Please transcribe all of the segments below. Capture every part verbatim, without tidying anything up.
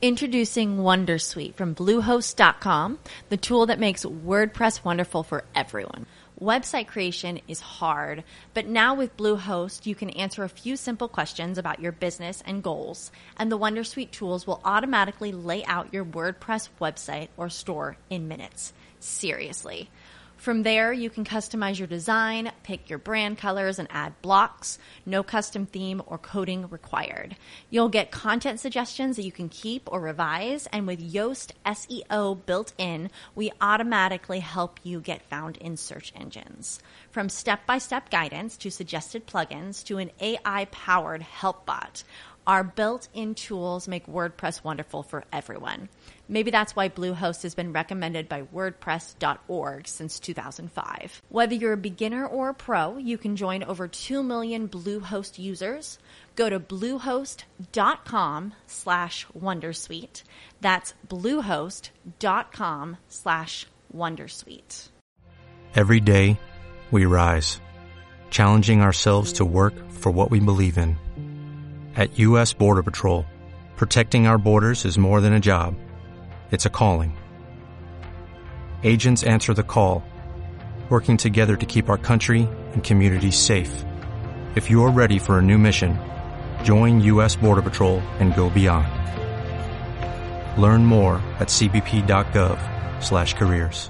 Introducing Wondersuite from Bluehost dot com, the tool that makes WordPress wonderful for everyone. Website creation is hard, but now with Bluehost, you can answer a few simple questions about your business and goals, and the Wondersuite tools will automatically lay out your WordPress website or store in minutes. Seriously. From there, you can customize your design, pick your brand colors, and add blocks. No custom theme or coding required. You'll get content suggestions that you can keep or revise, and with Yoast S E O built in, we automatically help you get found in search engines. From step-by-step guidance to suggested plugins to an A I-powered help bot, our built-in tools make WordPress wonderful for everyone. Maybe that's why Bluehost has been recommended by WordPress dot org since two thousand five. Whether you're a beginner or a pro, you can join over two million Bluehost users. Go to bluehost.com slash Wondersuite. That's bluehost.com slash Wondersuite. Every day, we rise, challenging ourselves to work for what we believe in. At U S Border Patrol, protecting our borders is more than a job. It's a calling. Agents answer the call, working together to keep our country and communities safe. If you're ready for a new mission, join U S Border Patrol and go beyond. Learn more at cbp.gov slash careers.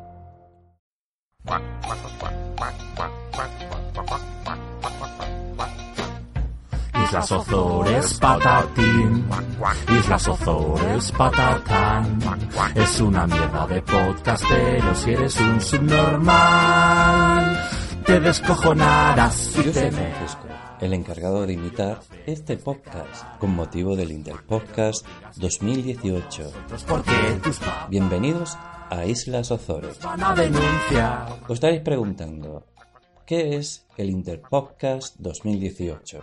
Islas Ozores patatín, Islas Ozores patatán. Es una mierda de podcast, pero si eres un subnormal, te descojonarás si Yo te soy Francisco, el encargado de imitar este podcast con motivo del Interpodcast dos mil dieciocho. porque tus padres Bienvenidos a Islas Ozores. van a denunciar. Os estaréis preguntando, ¿qué es el Interpodcast dos mil dieciocho?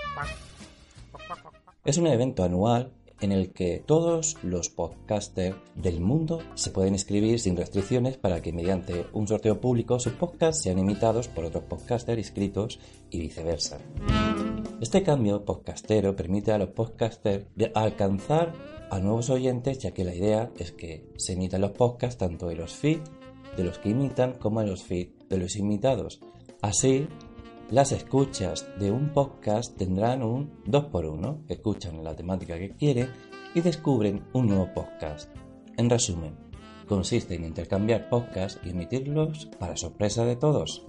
Es un evento anual en el que todos los podcasters del mundo se pueden inscribir sin restricciones para que mediante un sorteo público sus podcasts sean imitados por otros podcasters inscritos y viceversa. Este cambio podcastero permite a los podcasters de alcanzar a nuevos oyentes, ya que la idea es que se imitan los podcasts tanto en los feeds de los que imitan como en los feeds de los imitados. Así, las escuchas de un podcast tendrán un dos por uno, escuchan la temática que quieren y descubren un nuevo podcast. En resumen, consiste en intercambiar podcasts y emitirlos para sorpresa de todos.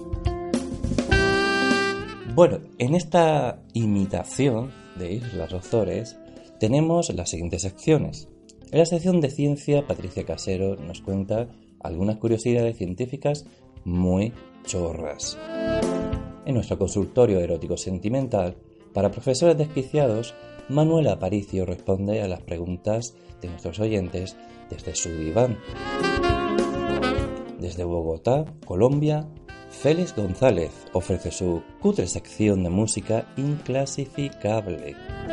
Bueno, en esta imitación de Islas Ozores tenemos las siguientes secciones. En la sección de ciencia, Patricia Casero nos cuenta algunas curiosidades científicas muy chorras. En nuestro consultorio erótico sentimental, para profesores desquiciados, Manuela Aparicio responde a las preguntas de nuestros oyentes desde su diván. Desde Bogotá, Colombia, Félix González ofrece su cutre sección de música inclasificable.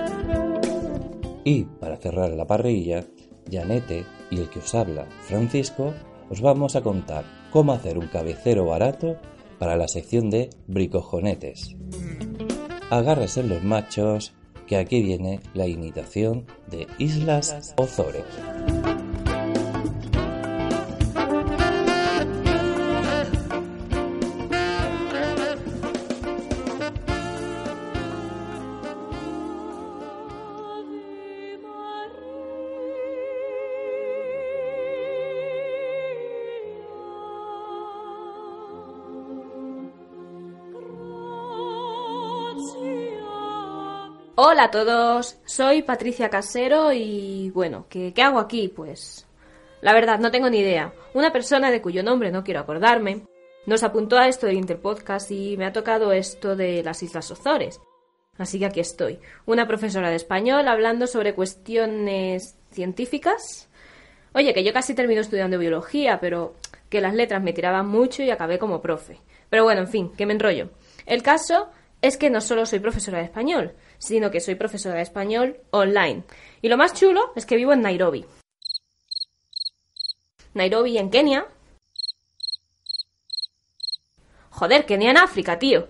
Y para cerrar la parrilla, Janete y el que os habla, Francisco, os vamos a contar cómo hacer un cabecero barato para la sección de bricojonetes. Agárrense los machos, que aquí viene la imitación de Islas Ozores. Hola a todos, soy Patricia Casero y bueno, ¿qué, qué hago aquí? Pues la verdad no tengo ni idea. Una persona de cuyo nombre no quiero acordarme nos apuntó a esto del Interpodcast y me ha tocado esto de las Islas Ozores. Así que aquí estoy, una profesora de español hablando sobre cuestiones científicas. Oye, que yo casi termino estudiando biología, pero que las letras me tiraban mucho y acabé como profe. Pero bueno, en fin, que me enrollo. El caso es que no solo soy profesora de español, sino que soy profesora de español online. Y lo más chulo es que vivo en Nairobi. Nairobi en Kenia. Joder, Kenia en África, tío.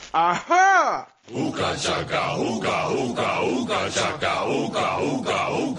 ¡Ajá! Uka chaka, uka, uka, uka chaka, uka, uka, uka.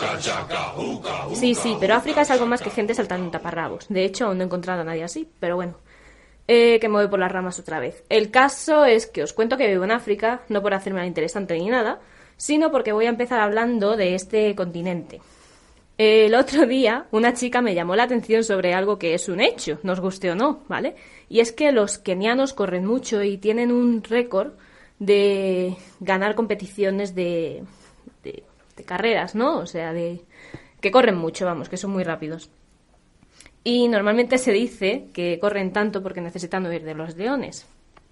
Sí, sí, pero África es algo más que gente saltando en taparrabos. De hecho, aún no he encontrado a nadie así, pero bueno. Eh, que me voy por las ramas otra vez. El caso es que os cuento que vivo en África, no por hacerme la interesante ni nada, sino porque voy a empezar hablando de este continente. El otro día, una chica me llamó la atención sobre algo que es un hecho, nos guste o no, ¿vale? Y es que los kenianos corren mucho y tienen un récord de ganar competiciones de, de, de carreras, ¿no? O sea, de que corren mucho, vamos, que son muy rápidos. Y normalmente se dice que corren tanto porque necesitan huir de los leones.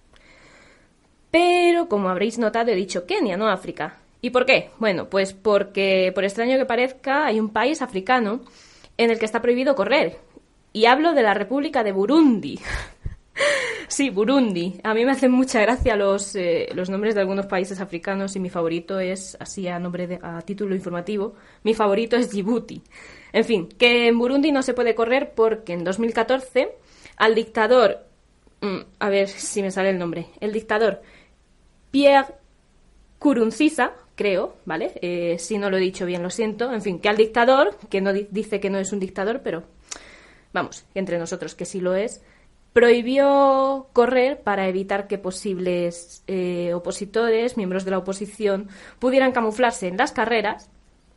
Pero, como habréis notado, he dicho Kenia, no África. ¿Y por qué? Bueno, pues porque, por extraño que parezca, hay un país africano en el que está prohibido correr. Y hablo de la República de Burundi. Sí, Burundi. A mí me hacen mucha gracia los, eh, los nombres de algunos países africanos y mi favorito es, así a, nombre de, a título informativo, mi favorito es Djibouti. En fin, que en Burundi no se puede correr porque en dos mil catorce al dictador, mmm, a ver si me sale el nombre, el dictador Pierre Nkurunziza, creo, ¿vale? Eh, si no lo he dicho bien, lo siento. En fin, que al dictador, que no di- dice que no es un dictador, pero vamos, entre nosotros que sí lo es, prohibió correr para evitar que posibles eh, opositores, miembros de la oposición, pudieran camuflarse en las carreras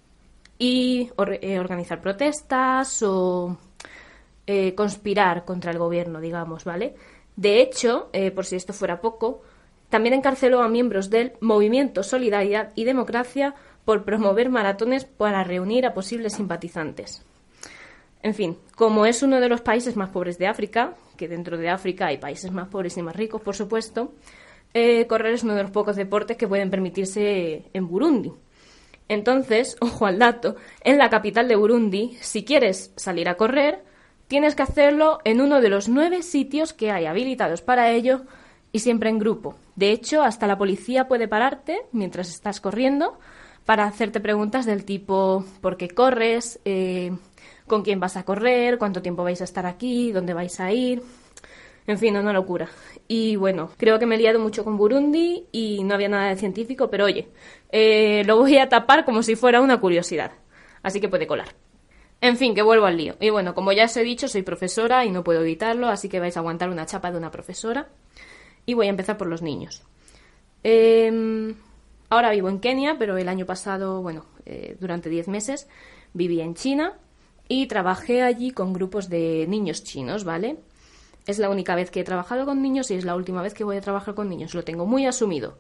y or- eh, organizar protestas o eh, conspirar contra el gobierno, digamos, ¿vale? De hecho, eh, por si esto fuera poco, también encarceló a miembros del Movimiento Solidaridad y Democracia por promover maratones para reunir a posibles simpatizantes. En fin, como es uno de los países más pobres de África, que dentro de África hay países más pobres y más ricos, por supuesto, eh, correr es uno de los pocos deportes que pueden permitirse en Burundi. Entonces, ojo al dato, en la capital de Burundi, si quieres salir a correr, tienes que hacerlo en uno de los nueve sitios que hay habilitados para ello y siempre en grupo. De hecho, hasta la policía puede pararte mientras estás corriendo para hacerte preguntas del tipo ¿por qué corres?, eh, ¿con quién vas a correr?, ¿cuánto tiempo vais a estar aquí?, ¿dónde vais a ir? En fin, una locura. Y bueno, creo que me he liado mucho con Burundi y no había nada de científico, pero oye, eh, lo voy a tapar como si fuera una curiosidad. Así que puede colar. En fin, que vuelvo al lío. Y bueno, como ya os he dicho, soy profesora y no puedo evitarlo, así que vais a aguantar una chapa de una profesora. Y voy a empezar por los niños. Eh, ahora vivo en Kenia, pero el año pasado, bueno, eh, durante diez meses viví en China y trabajé allí con grupos de niños chinos, ¿vale? Es la única vez que he trabajado con niños y es la última vez que voy a trabajar con niños. Lo tengo muy asumido.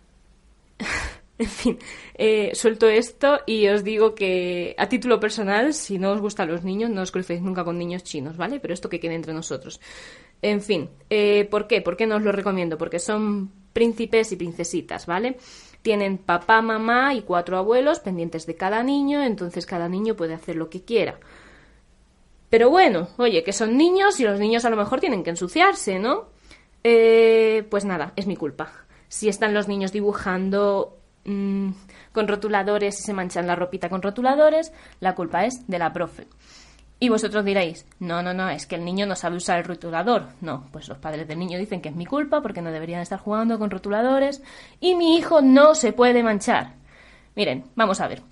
En fin, eh, suelto esto y os digo que a título personal, si no os gustan los niños, no os crucéis nunca con niños chinos, ¿vale? Pero esto que quede entre nosotros. En fin, eh, ¿por qué? ¿Por qué no os lo recomiendo? Porque son príncipes y princesitas, ¿vale? Tienen papá, mamá y cuatro abuelos pendientes de cada niño, entonces cada niño puede hacer lo que quiera. Pero bueno, oye, que son niños y los niños a lo mejor tienen que ensuciarse, ¿no? Eh, pues nada, es mi culpa. Si están los niños dibujando mmm, con rotuladores y se manchan la ropita con rotuladores, la culpa es de la profe. Y vosotros diréis, no, no, no, es que el niño no sabe usar el rotulador. No, pues los padres del niño dicen que es mi culpa porque no deberían estar jugando con rotuladores y mi hijo no se puede manchar. Miren, vamos a ver.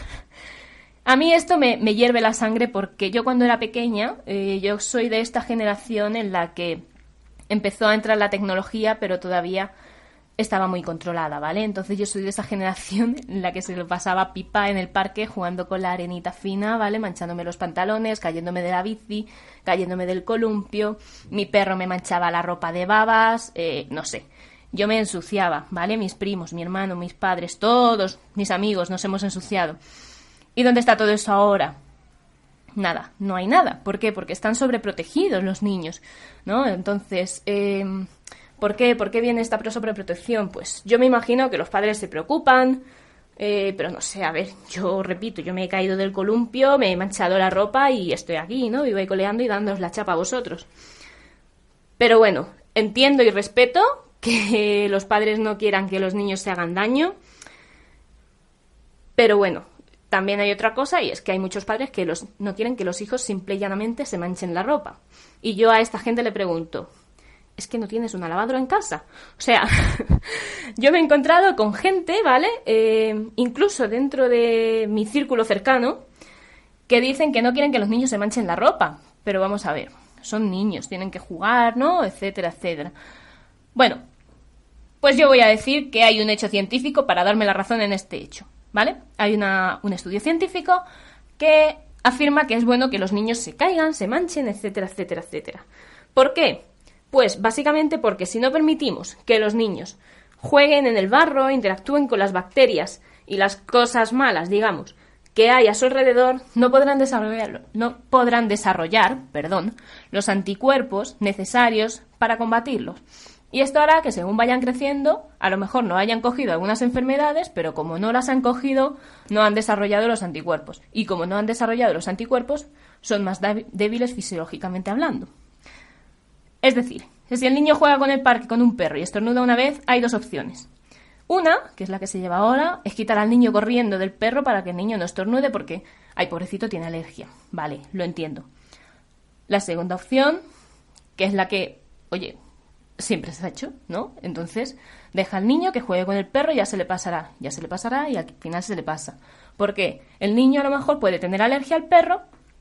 A mí esto me, me hierve la sangre porque yo cuando era pequeña, eh, yo soy de esta generación en la que empezó a entrar la tecnología, pero todavía estaba muy controlada, ¿vale? Entonces yo soy de esa generación en la que se lo pasaba pipa en el parque jugando con la arenita fina, ¿vale? Manchándome los pantalones, cayéndome de la bici, cayéndome del columpio, mi perro me manchaba la ropa de babas, eh, no sé. Yo me ensuciaba, ¿vale? Mis primos, mi hermano, mis padres, todos mis amigos nos hemos ensuciado. ¿Y dónde está todo eso ahora? Nada, no hay nada. ¿Por qué? Porque están sobreprotegidos los niños, ¿no? Entonces, eh, ¿por qué? ¿Por qué viene esta sobreprotección? Pues yo me imagino que los padres se preocupan, eh, pero no sé, a ver, yo repito, yo me he caído del columpio, me he manchado la ropa y estoy aquí, ¿no? Y voy coleando y dándoos la chapa a vosotros. Pero bueno, entiendo y respeto que los padres no quieran que los niños se hagan daño, pero bueno, también hay otra cosa y es que hay muchos padres que los, no quieren que los hijos simple y llanamente se manchen la ropa. Y yo a esta gente le pregunto, ¿es que no tienes una lavadora en casa? O sea, yo me he encontrado con gente, ¿vale? Eh, incluso dentro de mi círculo cercano, que dicen que no quieren que los niños se manchen la ropa. Pero vamos a ver, son niños, tienen que jugar, ¿no? Etcétera, etcétera. Bueno, pues yo voy a decir que hay un hecho científico para darme la razón en este hecho, ¿vale? Hay una, un estudio científico que afirma que es bueno que los niños se caigan, se manchen, etcétera, etcétera, etcétera. ¿Por qué? Pues básicamente porque si no permitimos que los niños jueguen en el barro, interactúen con las bacterias y las cosas malas, digamos, que hay a su alrededor, no podrán desarrollar, no podrán desarrollar, perdón, los anticuerpos necesarios para combatirlos. Y esto hará que según vayan creciendo, a lo mejor no hayan cogido algunas enfermedades, pero como no las han cogido, no han desarrollado los anticuerpos. Y como no han desarrollado los anticuerpos, son más débiles fisiológicamente hablando. Es decir, que si el niño juega con el parque con un perro y estornuda una vez, hay dos opciones. Una, que es la que se lleva ahora, es quitar al niño corriendo del perro para que el niño no estornude porque, ay, pobrecito, tiene alergia. Vale, lo entiendo. La segunda opción, que es la que, oye, siempre se ha hecho, ¿no? Entonces, deja al niño que juegue con el perro y ya se le pasará. Ya se le pasará y al final se le pasa. Porque el niño a lo mejor puede tener alergia al perro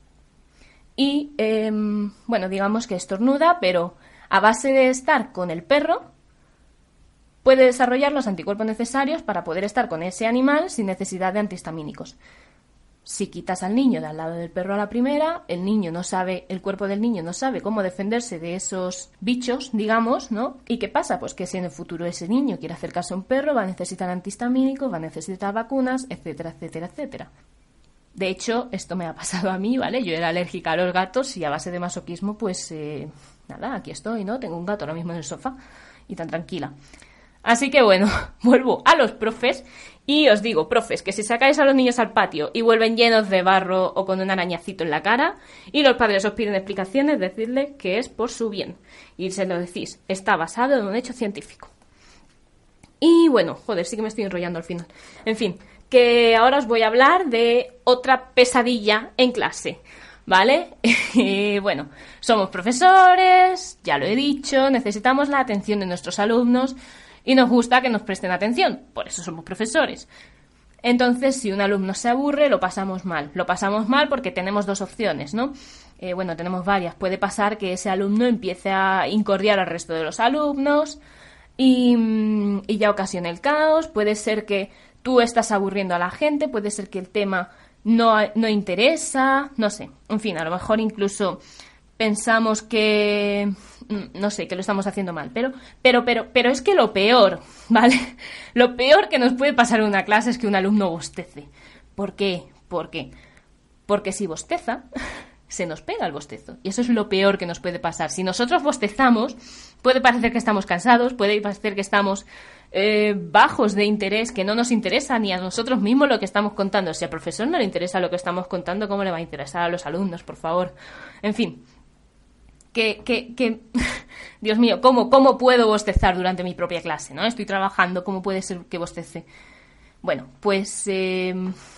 y, eh, bueno, digamos que estornuda, pero a base de estar con el perro, puede desarrollar los anticuerpos necesarios para poder estar con ese animal sin necesidad de antihistamínicos. Si quitas al niño de al lado del perro a la primera, el niño no sabe, el cuerpo del niño no sabe cómo defenderse de esos bichos, digamos, ¿no? ¿Y qué pasa? Pues que si en el futuro ese niño quiere acercarse a un perro, va a necesitar antihistamínicos, va a necesitar vacunas, etcétera, etcétera, etcétera. De hecho, esto me ha pasado a mí, ¿vale? Yo era alérgica a los gatos y a base de masoquismo, pues, eh, nada, aquí estoy, ¿no? Tengo un gato ahora mismo en el sofá y tan tranquila. Así que bueno, vuelvo a los profes y os digo, profes, que si sacáis a los niños al patio y vuelven llenos de barro o con un arañacito en la cara y los padres os piden explicaciones, decidle que es por su bien. Y se lo decís, está basado en un hecho científico. Y bueno, joder, sí que me estoy enrollando al final. En fin, que ahora os voy a hablar de otra pesadilla en clase, ¿vale? Bueno, somos profesores, ya lo he dicho, necesitamos la atención de nuestros alumnos y nos gusta que nos presten atención, por eso somos profesores. Entonces, si un alumno se aburre, lo pasamos mal. Lo pasamos mal porque tenemos dos opciones, ¿no? Eh, bueno, tenemos varias. Puede pasar que ese alumno empiece a incordiar al resto de los alumnos y, y ya ocasione el caos. Puede ser que tú estás aburriendo a la gente, puede ser que el tema no, no interesa, no sé. En fin, a lo mejor incluso pensamos que, no sé, que lo estamos haciendo mal, pero, pero, pero, pero es que lo peor, ¿vale? Lo peor que nos puede pasar en una clase es que un alumno bostece. ¿Por qué? ¿Por qué? Porque si bosteza, se nos pega el bostezo. Y eso es lo peor que nos puede pasar. Si nosotros bostezamos, puede parecer que estamos cansados, puede parecer que estamos eh, bajos de interés, que no nos interesa ni a nosotros mismos lo que estamos contando. Si al profesor no le interesa lo que estamos contando, ¿cómo le va a interesar a los alumnos, por favor? En fin. Que, que, que, Dios mío, ¿cómo, ¿cómo puedo bostezar durante mi propia clase, ¿no? Estoy trabajando, ¿cómo puede ser que bostece? Bueno, pues, eh,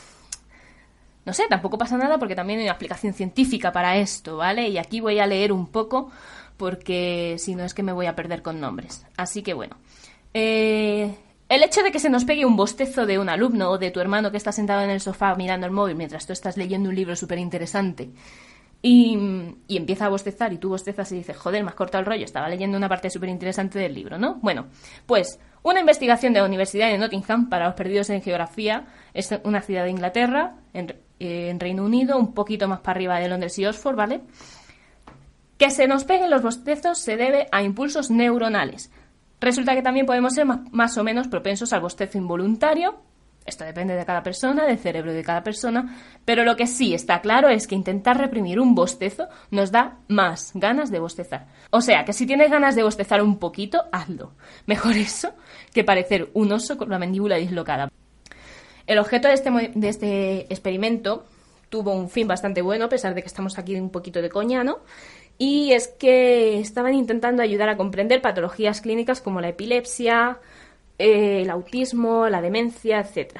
no sé, tampoco pasa nada porque también hay una explicación científica para esto, ¿vale? Y aquí voy a leer un poco porque si no es que me voy a perder con nombres. Así que bueno, eh, el hecho de que se nos pegue un bostezo de un alumno o de tu hermano que está sentado en el sofá mirando el móvil mientras tú estás leyendo un libro súper interesante Y, y empieza a bostezar y tú bostezas y dices, joder, me has cortado el rollo, estaba leyendo una parte súper interesante del libro, ¿no? Bueno, pues una investigación de la Universidad de Nottingham para los perdidos en geografía, es una ciudad de Inglaterra, en, en Reino Unido, un poquito más para arriba de Londres y Oxford, ¿vale? Que se nos peguen los bostezos se debe a impulsos neuronales. Resulta que también podemos ser más, más o menos propensos al bostezo involuntario. Esto depende de cada persona, del cerebro de cada persona, pero lo que sí está claro es que intentar reprimir un bostezo nos da más ganas de bostezar. O sea, que si tienes ganas de bostezar un poquito, hazlo. Mejor eso que parecer un oso con la mandíbula dislocada. El objeto de este, de este experimento tuvo un fin bastante bueno, a pesar de que estamos aquí un poquito de coña, ¿no? Y es que estaban intentando ayudar a comprender patologías clínicas como la epilepsia, Eh, el autismo, la demencia, etcétera.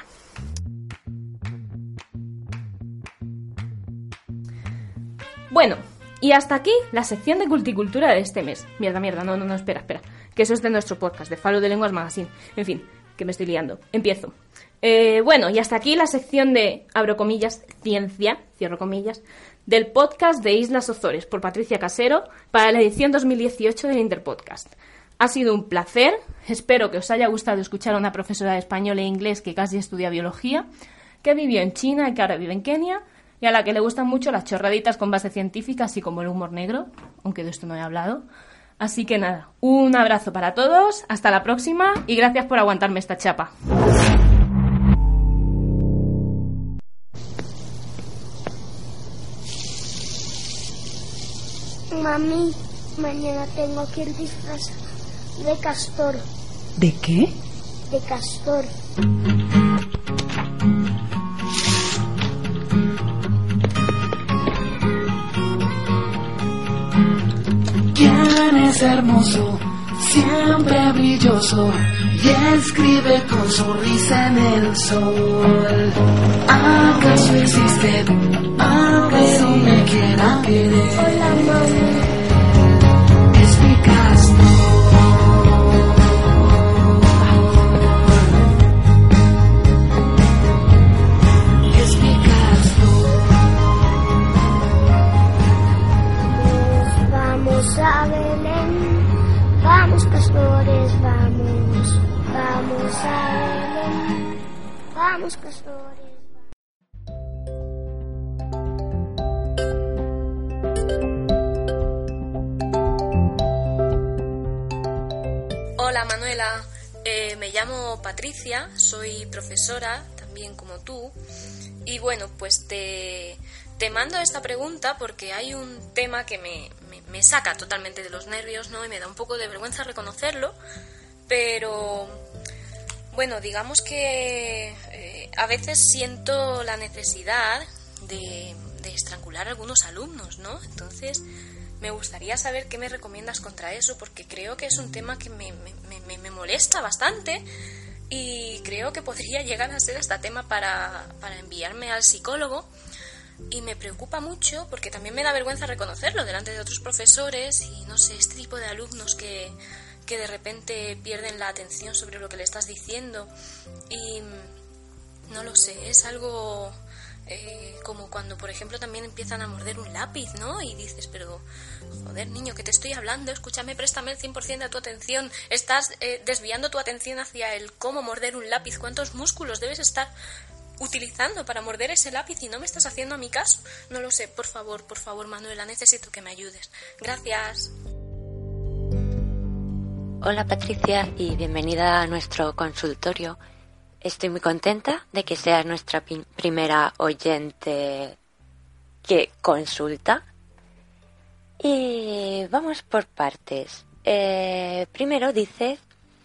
Bueno, y hasta aquí la sección de culticultura de este mes. Mierda, mierda, no, no, no, espera, espera. Que eso es de nuestro podcast, de Falo de Lenguas Magazine. En fin, que me estoy liando. Empiezo. Eh, bueno, y hasta aquí la sección de, abro comillas, ciencia, cierro comillas, del podcast de Islas Ozores por Patricia Casero para la edición dos mil dieciocho del Interpodcast. Ha sido un placer, espero que os haya gustado escuchar a una profesora de español e inglés que casi estudia biología, que vivió en China y que ahora vive en Kenia, y a la que le gustan mucho las chorraditas con base científica, así como el humor negro, aunque de esto no he hablado. Así que nada, un abrazo para todos, hasta la próxima y gracias por aguantarme esta chapa. Mami, mañana tengo que ir disfrazada de castor. ¿De qué? De castor. ¿Quién es hermoso, siempre brilloso y escribe con sonrisa en el sol? ¿Acaso existe aunque no me quiera querer? Hola, mami. Es mi castor. Es mi castor. Vamos a Belén, vamos castores, vamos, vamos a Belén, vamos castores. Hola Manuela, eh, me llamo Patricia, soy profesora también como tú y bueno, pues te, te mando esta pregunta porque hay un tema que me, me, me saca totalmente de los nervios, ¿no? Y me da un poco de vergüenza reconocerlo, pero bueno, digamos que eh, a veces siento la necesidad de, de estrangular a algunos alumnos, ¿no? Entonces me gustaría saber qué me recomiendas contra eso, porque creo que es un tema que me, me, me, me molesta bastante y creo que podría llegar a ser hasta tema para, para enviarme al psicólogo y me preocupa mucho porque también me da vergüenza reconocerlo delante de otros profesores y no sé, este tipo de alumnos que, que de repente pierden la atención sobre lo que le estás diciendo y no lo sé, es algo... Eh, como cuando, por ejemplo, también empiezan a morder un lápiz, ¿no? Y dices, pero, joder, niño, que te estoy hablando, escúchame, préstame el cien por ciento de tu atención. Estás eh, desviando tu atención hacia el cómo morder un lápiz. ¿Cuántos músculos debes estar utilizando para morder ese lápiz y no me estás haciendo a mi caso? No lo sé, por favor, por favor, Manuela, necesito que me ayudes. Gracias. Hola, Patricia, y bienvenida a nuestro consultorio. Estoy muy contenta de que seas nuestra pi- primera oyente que consulta. Y vamos por partes. Eh, primero dices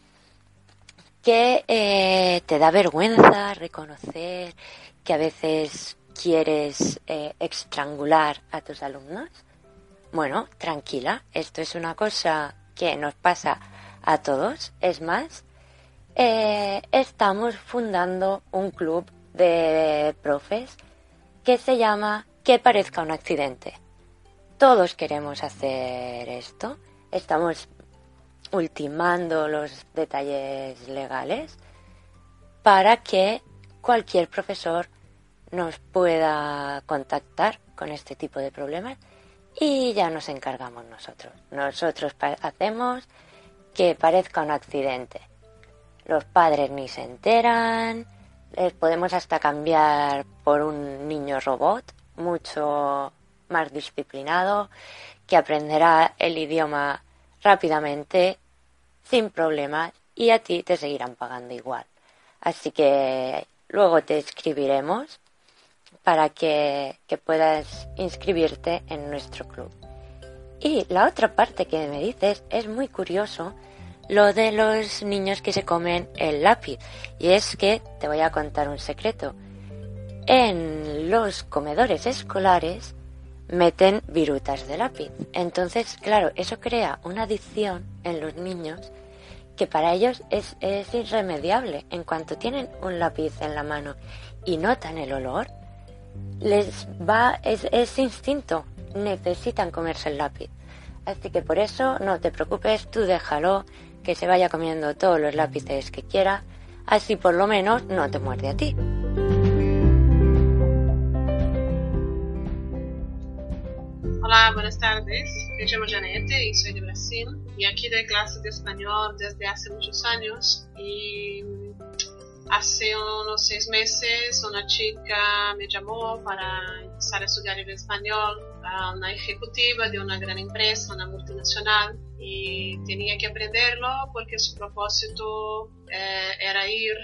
que eh, te da vergüenza reconocer que a veces quieres eh, estrangular a tus alumnos. Bueno, tranquila, esto es una cosa que nos pasa a todos. Es más, Eh, estamos fundando un club de profes que se llama Que parezca un accidente. Todos queremos hacer esto. Estamos ultimando los detalles legales para que cualquier profesor nos pueda contactar con este tipo de problemas y ya nos encargamos nosotros. Nosotros pa- hacemos que parezca un accidente. Los padres ni se enteran, les podemos hasta cambiar por un niño robot mucho más disciplinado que aprenderá el idioma rápidamente, sin problemas, y a ti te seguirán pagando igual. Así que luego te escribiremos para que, que puedas inscribirte en nuestro club. Y la otra parte que me dices es muy curioso, lo de los niños que se comen el lápiz. Y es que te voy a contar un secreto. En los comedores escolares meten virutas de lápiz. Entonces, claro, eso crea una adicción en los niños que para ellos es, es irremediable. En cuanto tienen un lápiz en la mano y notan el olor, les va, es, es instinto, necesitan comerse el lápiz. Así que por eso no te preocupes, tú déjalo, que se vaya comiendo todos los lápices que quiera. Así por lo menos no te muerde a ti. Hola, buenas tardes. Me llamo Janete y soy de Brasil. Y aquí doy clases de español desde hace muchos años. Y hace unos seis meses una chica me llamó para empezar a estudiar el español, a una ejecutiva de una gran empresa, una multinacional. Y tenía que aprenderlo porque su propósito eh, era ir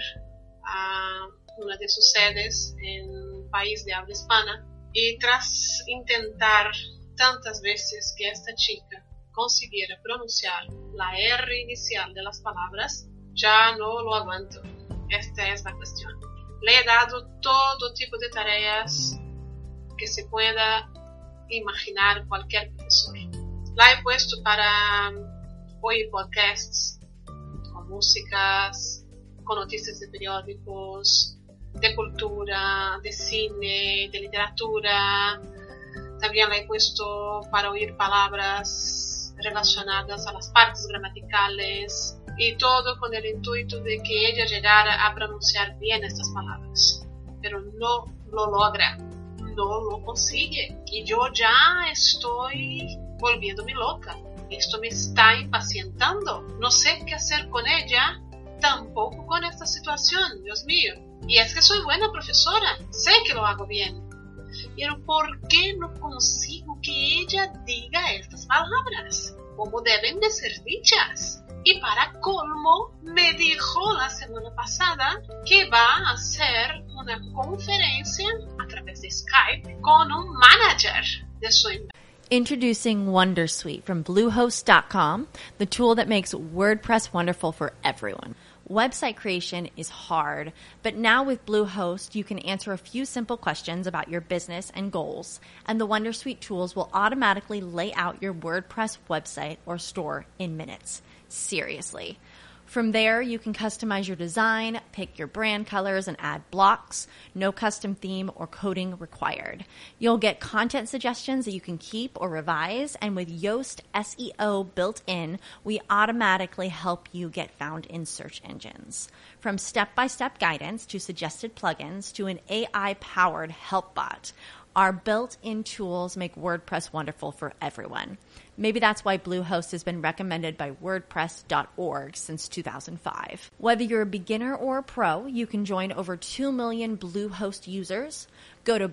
a una de sus sedes en un país de habla hispana. Y tras intentar tantas veces que esta chica consiguiera pronunciar la R inicial de las palabras, ya no lo aguanto. Esta es la cuestión. Le he dado todo tipo de tareas que se pueda imaginar cualquier profesor. La he puesto para oír podcasts con músicas, con noticias de periódicos, de cultura, de cine, de literatura. También la he puesto para oír palabras relacionadas a las partes gramaticales y todo con el intuito de que ella llegara a pronunciar bien estas palabras. Pero no lo logra, no lo consigue y yo ya estoy volviéndome loca. Esto me está impacientando. No sé qué hacer con ella, tampoco con esta situación, Dios mío. Y es que soy buena profesora, sé que lo hago bien. Pero ¿por qué no consigo que ella diga estas palabras como deben de ser dichas? Y para colmo, me dijo la semana pasada que va a hacer una conferencia a través de Skype con un manager de su empresa. Introducing Wondersuite from Bluehost dot com, the tool that makes WordPress wonderful for everyone. Website creation is hard, but now with Bluehost, you can answer a few simple questions about your business and goals, and the Wondersuite tools will automatically lay out your WordPress website or store in minutes. Seriously. From there, you can customize your design, pick your brand colors, and add blocks. No custom theme or coding required. You'll get content suggestions that you can keep or revise, and with Yoast S E O built in, we automatically help you get found in search engines. From step-by-step guidance to suggested plugins to an A I-powered help bot, our built-in tools make WordPress wonderful for everyone. Maybe that's why Bluehost has been recommended by WordPress dot org since two thousand five. Whether you're a beginner or a pro, you can join over two million Bluehost users. Go to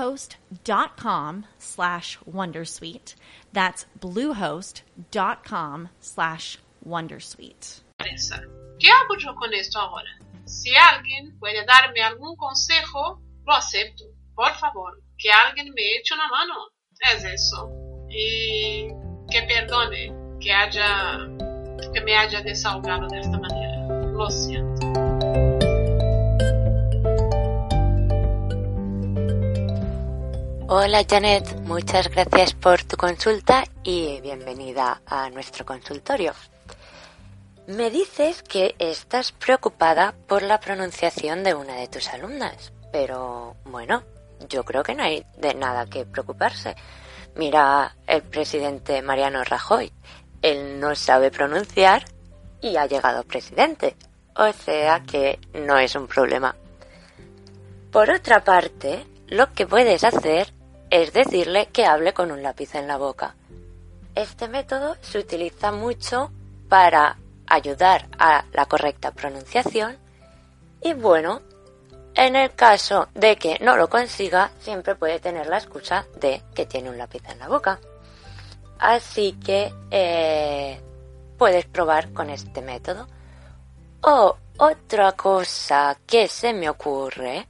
bluehost.com slash Wondersuite. That's bluehost.com slash Wondersuite. ¿Qué hago yo con esto ahora? Si alguien puede darme algún consejo, lo acepto. Por favor, que alguien me eche una mano. Es eso. Y que perdone que haya que me haya desahogado de esta manera. Lo siento. Hola Janet, muchas gracias por tu consulta y bienvenida a nuestro consultorio. Me dices que estás preocupada por la pronunciación de una de tus alumnas, pero bueno, yo creo que no hay de nada que preocuparse. Mira el presidente Mariano Rajoy, él no sabe pronunciar y ha llegado presidente, o sea que no es un problema. Por otra parte, lo que puedes hacer es decirle que hable con un lápiz en la boca. Este método se utiliza mucho para ayudar a la correcta pronunciación y bueno, en el caso de que no lo consiga, siempre puede tener la excusa de que tiene un lápiz en la boca. Así que eh, puedes probar con este método. O otra cosa que se me ocurre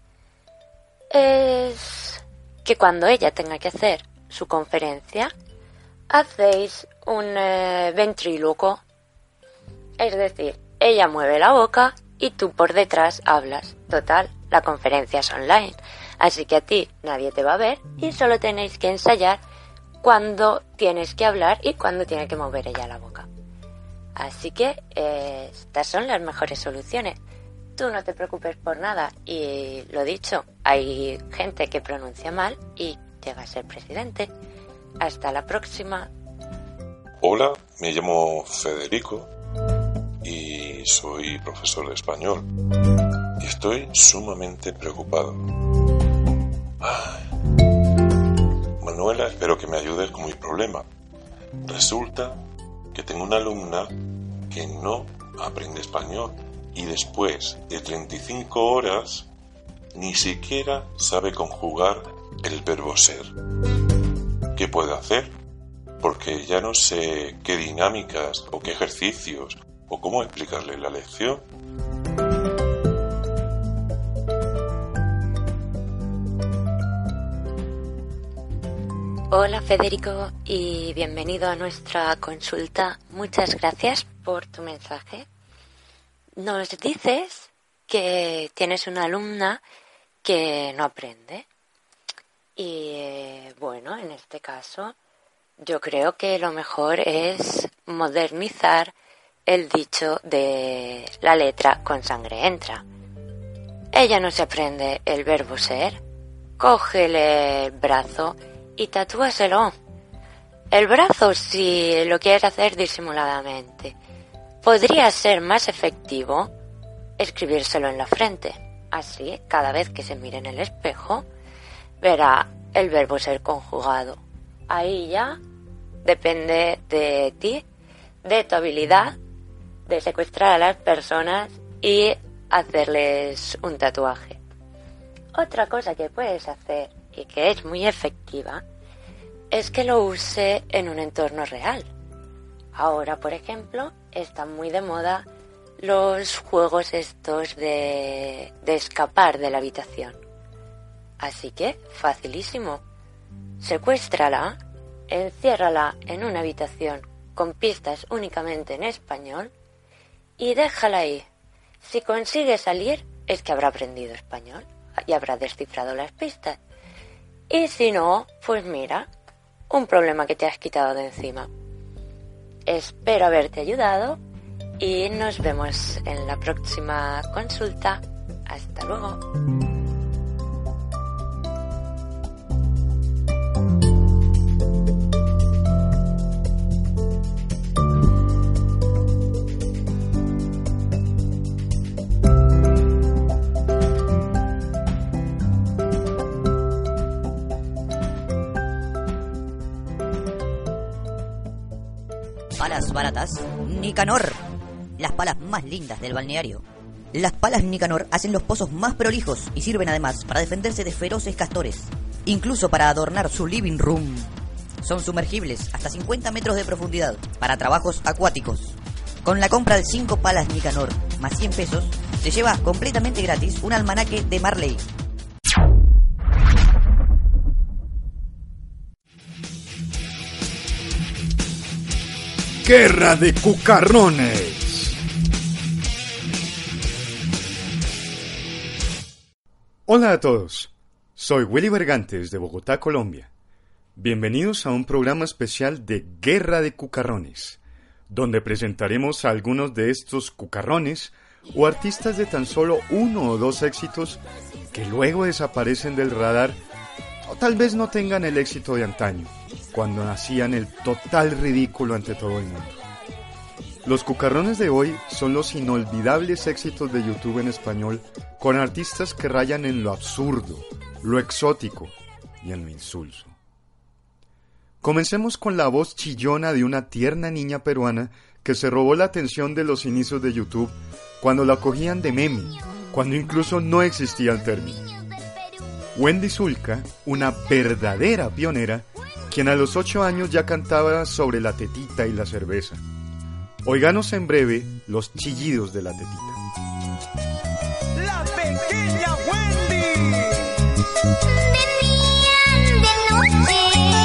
es que cuando ella tenga que hacer su conferencia, hacéis un eh, ventríloco. Es decir, ella mueve la boca y tú por detrás hablas. Total, la conferencia es online, así que a ti nadie te va a ver y solo tenéis que ensayar cuando tienes que hablar y cuando tiene que mover ella la boca. Así que eh, estas son las mejores soluciones. Tú no te preocupes por nada y lo dicho, hay gente que pronuncia mal y llega a ser presidente. Hasta la próxima. Hola, me llamo Federico y y soy profesor de español. Y estoy sumamente preocupado. Ay. Manuela, espero que me ayudes con mi problema. Resulta que tengo una alumna que no aprende español y después de treinta y cinco horas ni siquiera sabe conjugar el verbo ser. ¿Qué puedo hacer? Porque ya no sé qué dinámicas o qué ejercicios o cómo explicarle la lección. Hola Federico y bienvenido a nuestra consulta. Muchas gracias por tu mensaje. Nos dices que tienes una alumna que no aprende. Y eh, bueno, en este caso yo creo que lo mejor es modernizar el dicho de la letra con sangre entra. Ella no se aprende el verbo ser. Cógele el brazo y tatúaselo. El brazo, si lo quieres hacer disimuladamente, podría ser más efectivo escribírselo en la frente. Así, cada vez que se mire en el espejo, verá el verbo ser conjugado. Ahí ya depende de ti, de tu habilidad de secuestrar a las personas y hacerles un tatuaje. Otra cosa que puedes hacer y que es muy efectiva es que lo use en un entorno real. Ahora, por ejemplo, están muy de moda los juegos estos de, de escapar de la habitación. Así que, facilísimo. Secuéstrala, enciérrala en una habitación con pistas únicamente en español y déjala ahí. Si consigue salir, es que habrá aprendido español y habrá descifrado las pistas. Y si no, pues mira, un problema que te has quitado de encima. Espero haberte ayudado y nos vemos en la próxima consulta. Hasta luego. Palas baratas Nicanor, las palas más lindas del balneario. Las palas Nicanor hacen los pozos más prolijos y sirven además para defenderse de feroces castores, incluso para adornar su living room. Son sumergibles hasta cincuenta metros de profundidad para trabajos acuáticos. Con la compra de cinco palas Nicanor más cien pesos, se lleva completamente gratis un almanaque de Marley. Guerra de Cucarrones. Hola a todos, soy Willy Bergantes de Bogotá, Colombia. Bienvenidos a un programa especial de Guerra de Cucarrones, donde presentaremos a algunos de estos cucarrones o artistas de tan solo uno o dos éxitos que luego desaparecen del radar o tal vez no tengan el éxito de antaño, cuando hacían el total ridículo ante todo el mundo. Los cucarrones de hoy son los inolvidables éxitos de YouTube en español con artistas que rayan en lo absurdo, lo exótico y en lo insulso. Comencemos con la voz chillona de una tierna niña peruana que se robó la atención de los inicios de YouTube cuando la cogían de meme, cuando incluso no existía el término. Wendy Zulka, una verdadera pionera, quien a los ocho años ya cantaba sobre la tetita y la cerveza. Oiganos en breve los chillidos de la tetita. La pequeña Wendy. Venían de noche.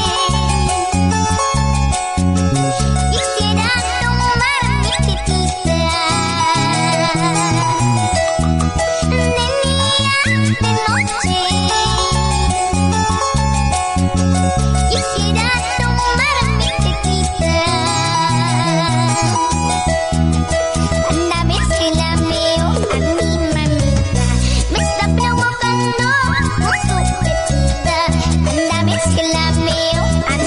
Quisiera tomar mi tetita. Venían de noche. Quisiera tomar mi tetita. Anda, ves que la veo a mi mamita. Me está provocando con su tetita. Anda, ves que la veo a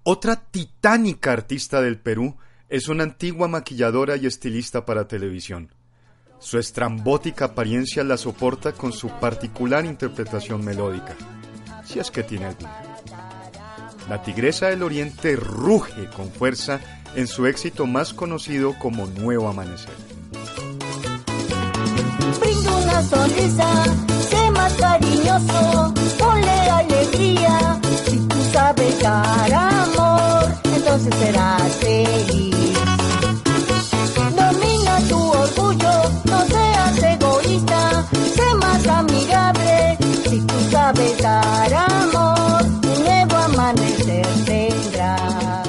Otra titánica artista del Perú es una antigua maquilladora y estilista para televisión. Su estrambótica apariencia la soporta con su particular interpretación melódica, si es que tiene alguna. La Tigresa del Oriente ruge con fuerza en su éxito más conocido como Nuevo Amanecer. Brinda una sonrisa, sé más cariñoso, ponle alegría. Si tú sabes dar amor, entonces serás feliz. Domina tu orgullo, no seas egoísta, sé más amigable. Si tú sabes dar amor, un nuevo amanecer tendrás.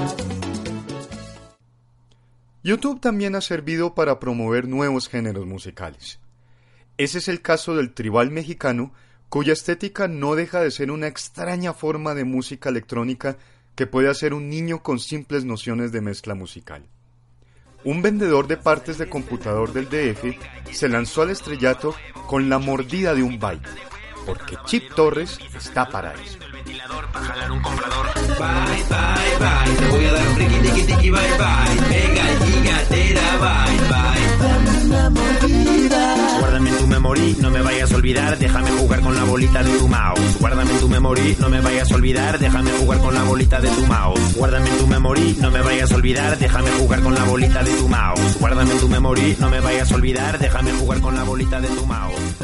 YouTube también ha servido para promover nuevos géneros musicales. Ese es el caso del tribal mexicano, cuya estética no deja de ser una extraña forma de música electrónica que puede hacer un niño con simples nociones de mezcla musical. Un vendedor de partes de computador del D F se lanzó al estrellato con la mordida de un byte, porque Chip Torres está para eso. Para jalar un comprador. Bye, bye, bye. Te voy a dar un riqui, tiqui, tiqui, bye, bye. Venga, gigatera, bye, bye. Dame una mordida. Guárdame en tu memory, no me vayas a olvidar. Déjame jugar con la bolita de tu mouse. Guárdame en tu memory, no me vayas a olvidar. Déjame jugar con la bolita de tu mouse. Guárdame en tu memory, no me vayas a olvidar. Déjame jugar con la bolita de tu mouse. Guárdame en tu memory, no me vayas a olvidar. Déjame jugar con la bolita de tu mouse.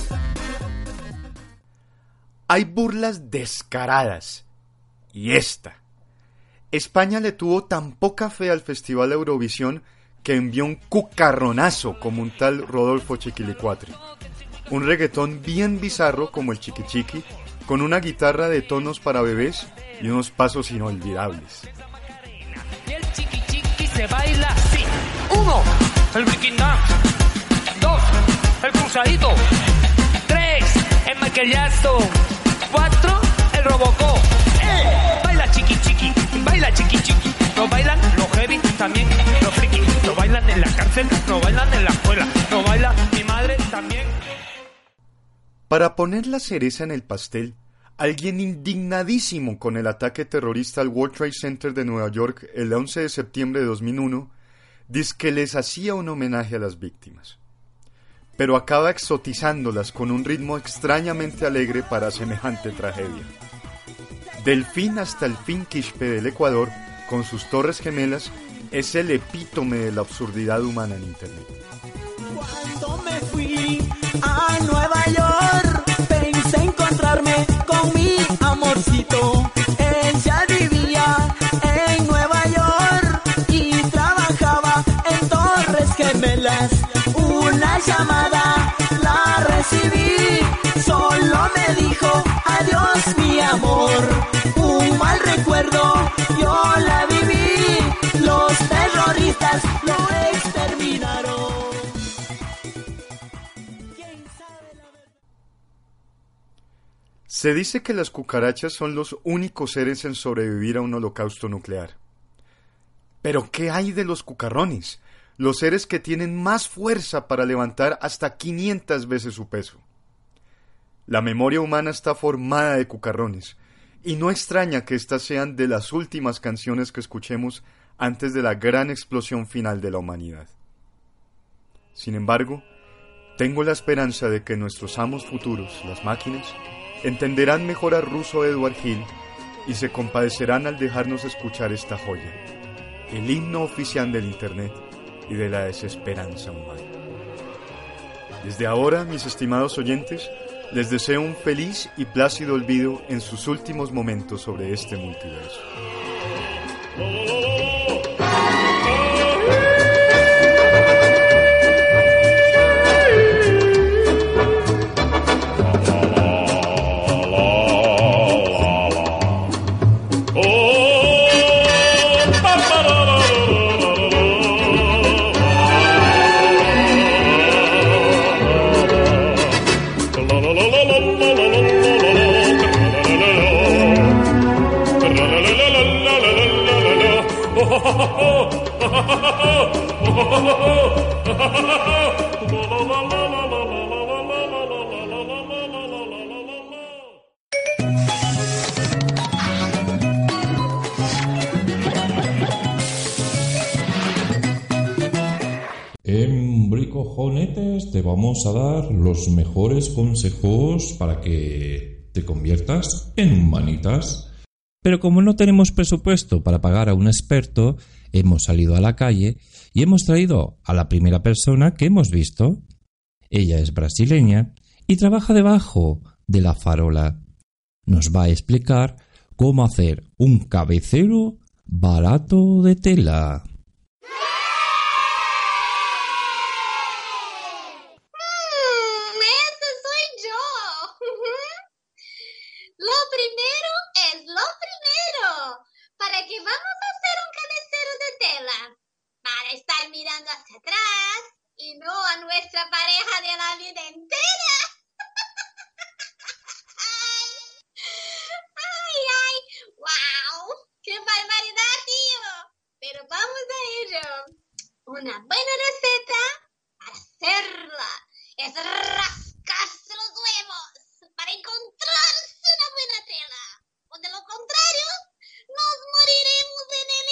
Hay burlas descaradas. Y esta. España le tuvo tan poca fe al Festival Eurovisión que envió un cucarronazo como un tal Rodolfo Chiquilicuatri. Un reggaetón bien bizarro como el Chiqui Chiqui, con una guitarra de tonos para bebés y unos pasos inolvidables. Y el Chiqui Chiqui se baila así. Uno, el breaking dance. Dos, el cruzadito. Tres, el Michael Jackson. Cuatro, el Robocop. ¡Eh! Baila Chiqui Chiqui, baila Chiqui Chiqui. Lo bailan los heavy, también los friki. Lo bailan en la cárcel, lo bailan en la escuela. Lo baila mi madre también. Para poner la cereza en el pastel, alguien indignadísimo con el ataque terrorista al World Trade Center de Nueva York el once de septiembre de dos mil uno, dice que les hacía un homenaje a las víctimas, pero acaba exotizándolas con un ritmo extrañamente alegre para semejante tragedia. Delfín hasta el fin Quixpe del Ecuador, con sus torres gemelas, es el epítome de la absurdidad humana en Internet. Cuando me fui a Nueva York, pensé encontrarme con mi amorcito. Ella vivía en Nueva York y trabajaba en Torres Gemelas. Una llamada la recibí, solo me dijo adiós mi amor. Un mal recuerdo yo la viví, los terroristas lo exterminaron. Se dice que las cucarachas son los únicos seres en sobrevivir a un holocausto nuclear. Pero ¿qué hay de los cucarrones? Los seres que tienen más fuerza para levantar hasta quinientas veces su peso. La memoria humana está formada de cucarrones, y no extraña que estas sean de las últimas canciones que escuchemos antes de la gran explosión final de la humanidad. Sin embargo, tengo la esperanza de que nuestros amos futuros, las máquinas, entenderán mejor a Russo Edward Hill y se compadecerán al dejarnos escuchar esta joya, el himno oficial del Internet y de la desesperanza humana. Desde ahora, mis estimados oyentes, les deseo un feliz y plácido olvido en sus últimos momentos sobre este multiverso. Oh, cojonetes te vamos a dar los mejores consejos para que te conviertas en un manitas. Pero como no tenemos presupuesto para pagar a un experto, hemos salido a la calle y hemos traído a la primera persona que hemos visto. Ella es brasileña y trabaja debajo de la farola. Nos va a explicar cómo hacer un cabecero barato de tela. Una buena receta para hacerla es rascarse los huevos para encontrarse una buena tela. O de lo contrario, nos moriremos en el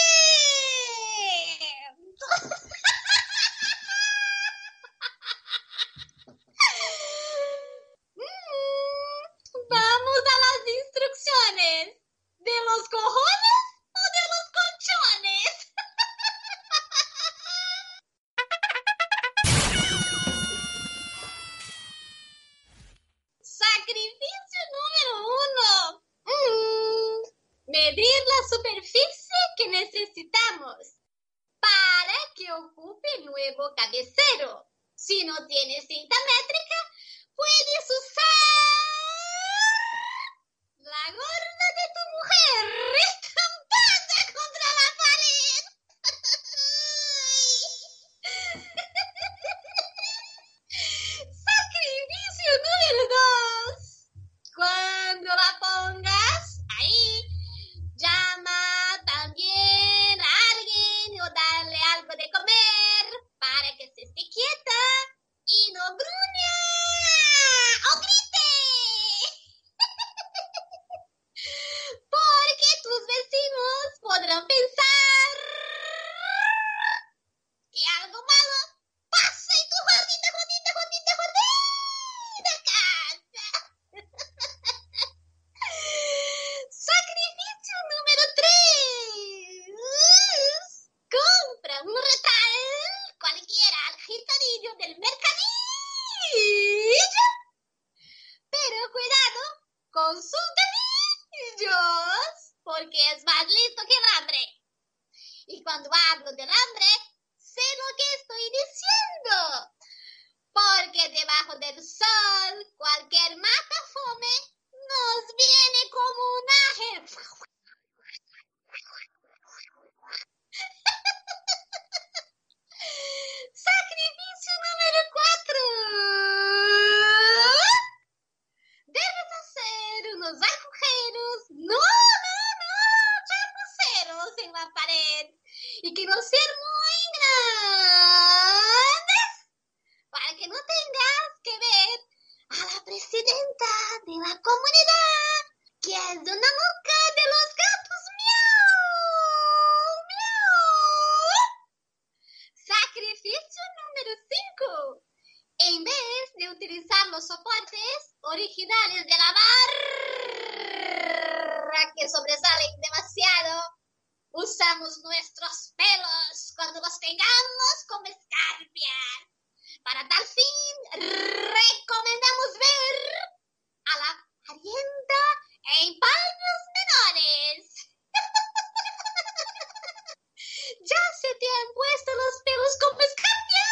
intento. mm, vamos a las instrucciones. ¿De los cojones o de los colchones? Sacrificio número uno. Mm, medir la superficie que necesitamos para que ocupe el nuevo cabecero. Si no tienes cinta métrica, puedes usar la gorda de tu mujer estampada contra la pared. Sacrificio número dos. Cuando la pongas ahí, llama también a alguien o dale algo de comer para que se esté quieta y no gruña o grite. Porque tus vecinos podrán pensar que algo malo pasa en tu jardín, jardín, jardín, jardín de casa. Sacrificio número tres. Compra un retal cualquiera al gitanillo del mercadillo. Pero cuidado con sus ganillos, porque es más listo que el hambre. Y cuando hablo del hambre, sé lo que estoy diciendo. Porque debajo del sol, cualquier mata-fome nos viene como un aje. Sacrificio número cuatro. Debes hacer unos agujeros, no, no, no, chapuceros en la pared y que no sean muy grandes para que no tengas que ver a la presidenta de la comunidad, que es una loca de los gatos. Miau, miau. Sacrificio número cinco. En vez de utilizar los soportes originales de la barra que sobresalen demasiado, usamos nuestros pelos cuando los tengamos como escarpias. Para tal fin, recomendamos ver a la parienta en paños menores. ¿Ya se te han puesto los pelos como escarpias?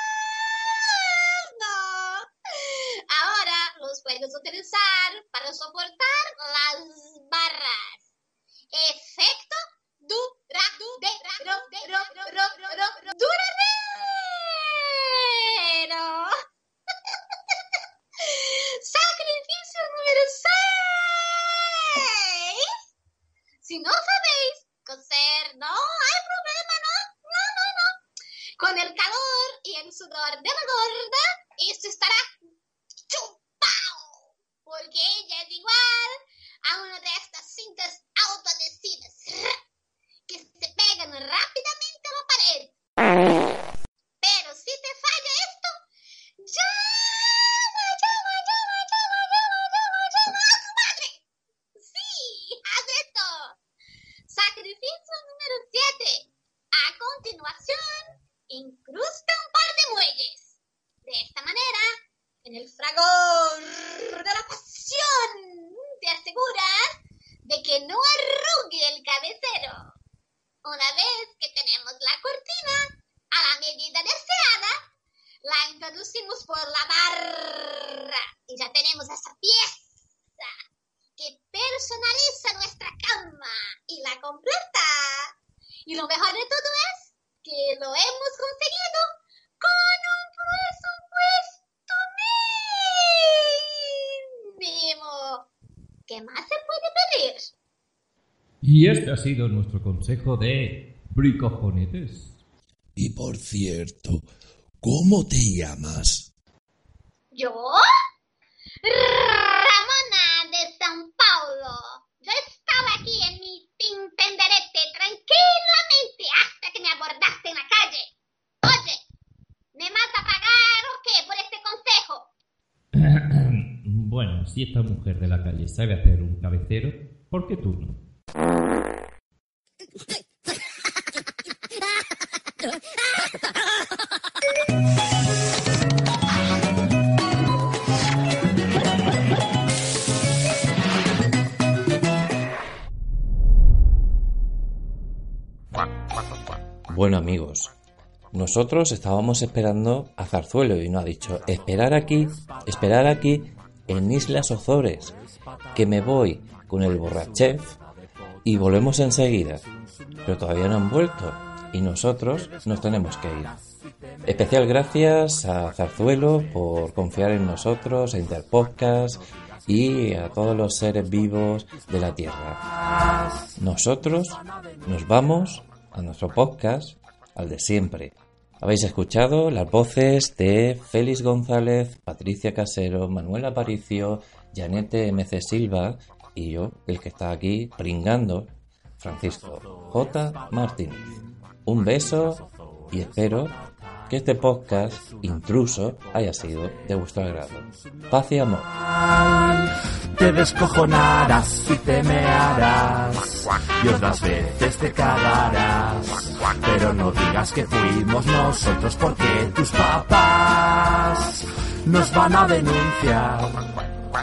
No. Ahora los puedes utilizar para soportar las barras. Efecto dura, dura, dura, dura, dura, dura, duradero. Sacrificio número seis. Si no sabéis coser, no hay problema, no, no, no, no. Con el calor y el sudor de la gorda, esto estará chupao, porque ella es igual a una de estas cintas autoadhesivas que se pegan rápidamente a la pared. Pero si te falla y el cabecero. Una vez que tenemos la cortina a la medida deseada, la introducimos por la barra y ya tenemos esa pieza que personaliza nuestra cama y la completa. Y lo mejor de todo es que lo hemos conseguido con un presupuesto mínimo. ¿Qué más se puede pedir? Y este ha sido nuestro consejo de bricojonetes. Y por cierto, ¿cómo te llamas? ¿Yo? Ramona de San Paulo. Yo estaba aquí en mi tintenderete tranquilamente hasta que me abordaste en la calle. Oye, ¿me vas a pagar o qué por este consejo? Bueno, si esta mujer de la calle sabe hacer un cabecero, ¿por qué tú no? Bueno, amigos, nosotros estábamos esperando a Zarzuelo y nos ha dicho esperar aquí, esperar aquí en Islas Ozores, que me voy con el borrachef y volvemos enseguida. Pero todavía no han vuelto y nosotros nos tenemos que ir. Especial gracias a Zarzuelo por confiar en nosotros, a Interpodcast y a todos los seres vivos de la Tierra. Nosotros nos vamos a nuestro podcast, al de siempre. Habéis escuchado las voces de Félix González, Patricia Casero, Manuel Aparicio, Janete M C Silva y yo, el que está aquí pringando, Francisco J. Martínez. Un beso y espero que este podcast intruso haya sido de vuestro agrado. Paz y amor. Te descojonarás y te mearás y otras veces te cagarás, pero no digas que fuimos nosotros porque tus papás nos van a denunciar.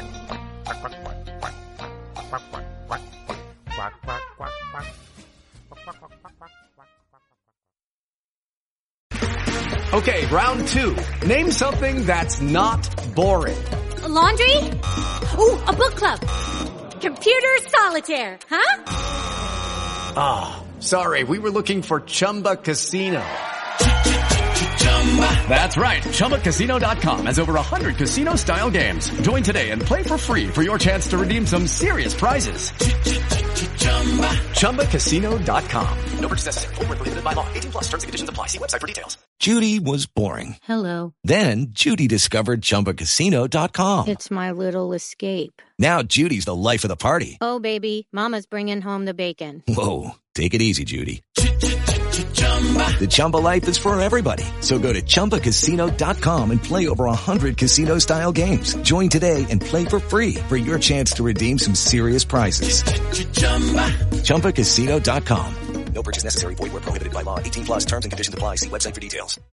Okay, round two. Name something that's not boring. A laundry? Ooh, a book club. Computer solitaire, huh? Ah, oh, sorry, we were looking for Chumba Casino. That's right, Chumba Casino dot com has over one hundred casino-style games. Join today and play for free for your chance to redeem some serious prizes. Chumba Casino dot com. No purchase necessary. Void where prohibited by law. eighteen plus terms and conditions apply. See website for details. Judy was boring. Hello. Then Judy discovered Chumba Casino dot com. It's my little escape. Now Judy's the life of the party. Oh, baby, mama's bringing home the bacon. Whoa, take it easy, Judy. The Chumba life is for everybody. So go to Chumba Casino dot com and play over one hundred casino-style games. Join today and play for free for your chance to redeem some serious prizes. Chumba Casino dot com. No purchase necessary. Void where prohibited by law. eighteen plus terms and conditions apply. See website for details.